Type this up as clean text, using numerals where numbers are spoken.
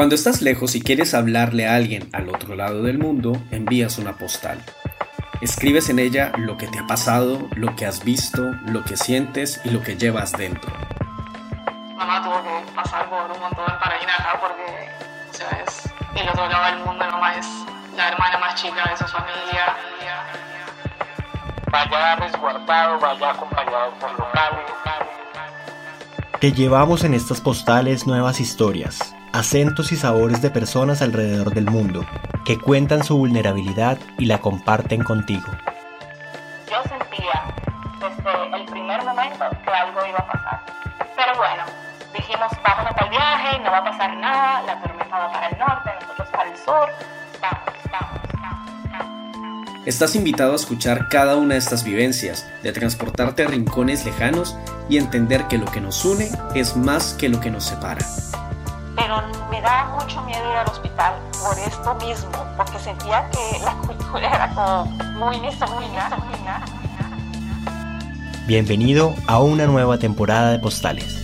Cuando estás lejos y quieres hablarle a alguien al otro lado del mundo, envías una postal. Escribes en ella lo que te ha pasado, lo que has visto, lo que sientes y lo que llevas dentro. Mamá tuvo que pasar por un montón para venir acá porque, o sea, es el otro lado del mundo, mamá es la hermana más chica de su familia. Vaya resguardado, vaya acompañado por locales. Te llevamos en estas postales nuevas historias, acentos y sabores de personas alrededor del mundo, que cuentan su vulnerabilidad y la comparten contigo. Yo sentía desde el primer momento que algo iba a pasar. Pero bueno, dijimos, vámonos para el viaje, no va a pasar nada, la tormenta va para el norte, nosotros para el sur, vamos. Estás invitado a escuchar cada una de estas vivencias, de transportarte a rincones lejanos y entender que lo que nos une es más que lo que nos separa. Pero me daba mucho miedo ir al hospital por esto mismo, porque sentía que la cultura era como muy misógina. Bienvenido a una nueva temporada de Postales.